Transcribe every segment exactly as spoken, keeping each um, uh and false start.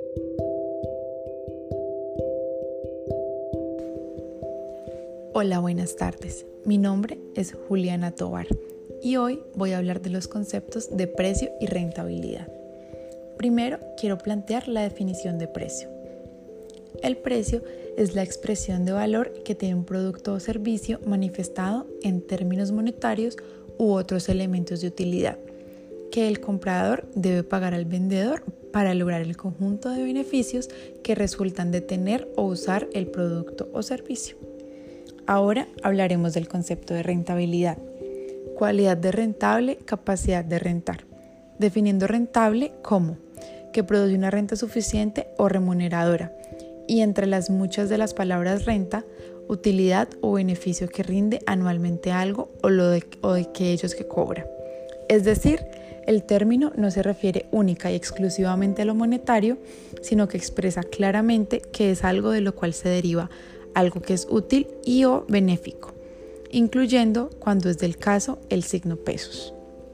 Hola, buenas tardes. Mi nombre es Juliana Tovar y hoy voy a hablar de los conceptos de precio y rentabilidad. Primero, quiero plantear la definición de precio. El precio es la expresión de valor que tiene un producto o servicio manifestado en términos monetarios u otros elementos de utilidad que el comprador debe pagar al vendedor para lograr el conjunto de beneficios que resultan de tener o usar el producto o servicio. Ahora hablaremos del concepto de rentabilidad. Cualidad de rentable, capacidad de rentar. Definiendo rentable como que produce una renta suficiente o remuneradora, y entre las muchas de las palabras renta, utilidad o beneficio que rinde anualmente algo o, lo de, o de aquellos que cobra. Es decir, el término no se refiere única y exclusivamente a lo monetario, sino que expresa claramente que es algo de lo cual se deriva algo que es útil y o benéfico, incluyendo, cuando es del caso, el signo pesos.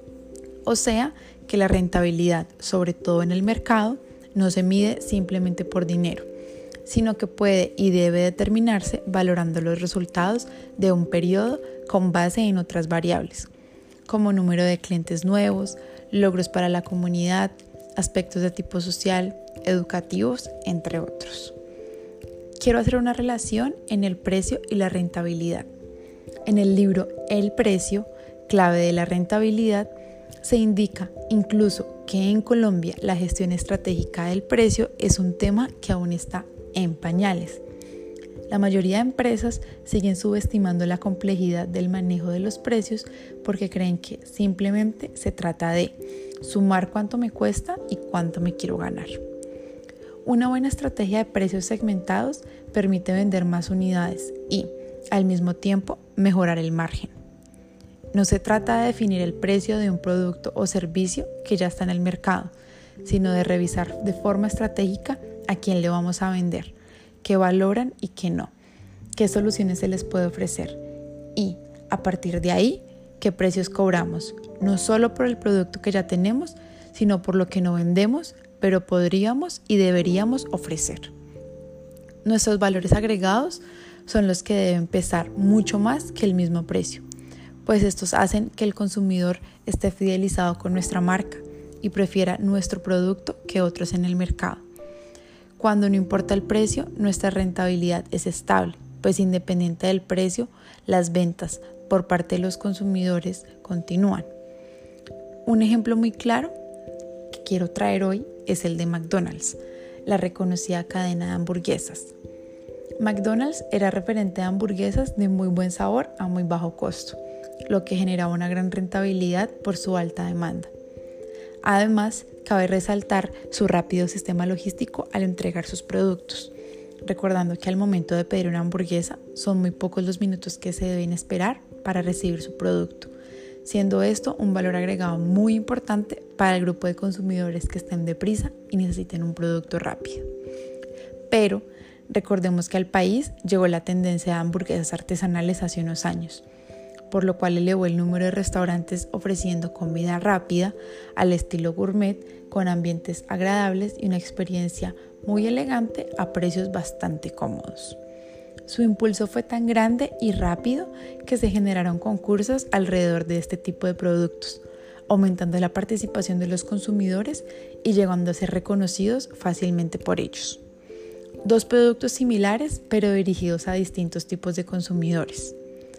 O sea, que la rentabilidad, sobre todo en el mercado, no se mide simplemente por dinero, sino que puede y debe determinarse valorando los resultados de un periodo con base en otras variables, como número de clientes nuevos, logros para la comunidad, aspectos de tipo social, educativos, entre otros. Quiero hacer una relación en el precio y la rentabilidad. En el libro El precio, clave de la rentabilidad, se indica incluso que en Colombia la gestión estratégica del precio es un tema que aún está en pañales. La mayoría de empresas siguen subestimando la complejidad del manejo de los precios porque creen que simplemente se trata de sumar cuánto me cuesta y cuánto me quiero ganar. Una buena estrategia de precios segmentados permite vender más unidades y, al mismo tiempo, mejorar el margen. No se trata de definir el precio de un producto o servicio que ya está en el mercado, sino de revisar de forma estratégica a quién le vamos a vender, qué valoran y qué no, qué soluciones se les puede ofrecer y, a partir de ahí, qué precios cobramos, no solo por el producto que ya tenemos, sino por lo que no vendemos, pero podríamos y deberíamos ofrecer. Nuestros valores agregados son los que deben pesar mucho más que el mismo precio, pues estos hacen que el consumidor esté fidelizado con nuestra marca y prefiera nuestro producto que otros en el mercado. Cuando no importa el precio, nuestra rentabilidad es estable, pues independiente del precio, las ventas por parte de los consumidores continúan. Un ejemplo muy claro que quiero traer hoy es el de McDonald's, la reconocida cadena de hamburguesas. McDonald's era referente de hamburguesas de muy buen sabor a muy bajo costo, lo que generaba una gran rentabilidad por su alta demanda. Además, cabe resaltar su rápido sistema logístico al entregar sus productos, recordando que al momento de pedir una hamburguesa son muy pocos los minutos que se deben esperar para recibir su producto, siendo esto un valor agregado muy importante para el grupo de consumidores que estén deprisa y necesiten un producto rápido. Pero recordemos que al país llegó la tendencia de hamburguesas artesanales hace unos años, por lo cual elevó el número de restaurantes ofreciendo comida rápida al estilo gourmet con ambientes agradables y una experiencia muy elegante a precios bastante cómodos. Su impulso fue tan grande y rápido que se generaron concursos alrededor de este tipo de productos, aumentando la participación de los consumidores y llegando a ser reconocidos fácilmente por ellos. Dos productos similares, pero dirigidos a distintos tipos de consumidores.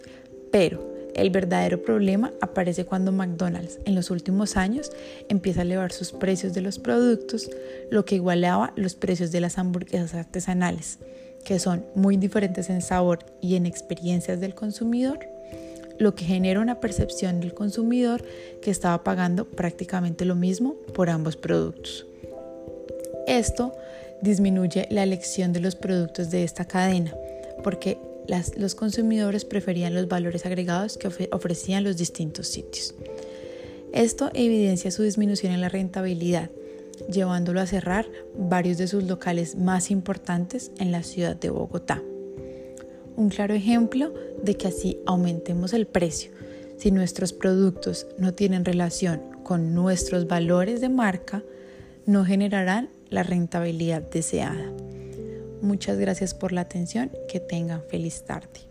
Pero el verdadero problema aparece cuando McDonald's en los últimos años empieza a elevar sus precios de los productos, lo que igualaba los precios de las hamburguesas artesanales, que son muy diferentes en sabor y en experiencias del consumidor, lo que genera una percepción del consumidor que estaba pagando prácticamente lo mismo por ambos productos. Esto disminuye la elección de los productos de esta cadena, porque las, los consumidores preferían los valores agregados que ofre, ofrecían los distintos sitios. Esto evidencia su disminución en la rentabilidad, llevándolo a cerrar varios de sus locales más importantes en la ciudad de Bogotá. Un claro ejemplo de que así aumentemos el precio, si nuestros productos no tienen relación con nuestros valores de marca, no generarán la rentabilidad deseada. Muchas gracias por la atención, que tengan feliz tarde.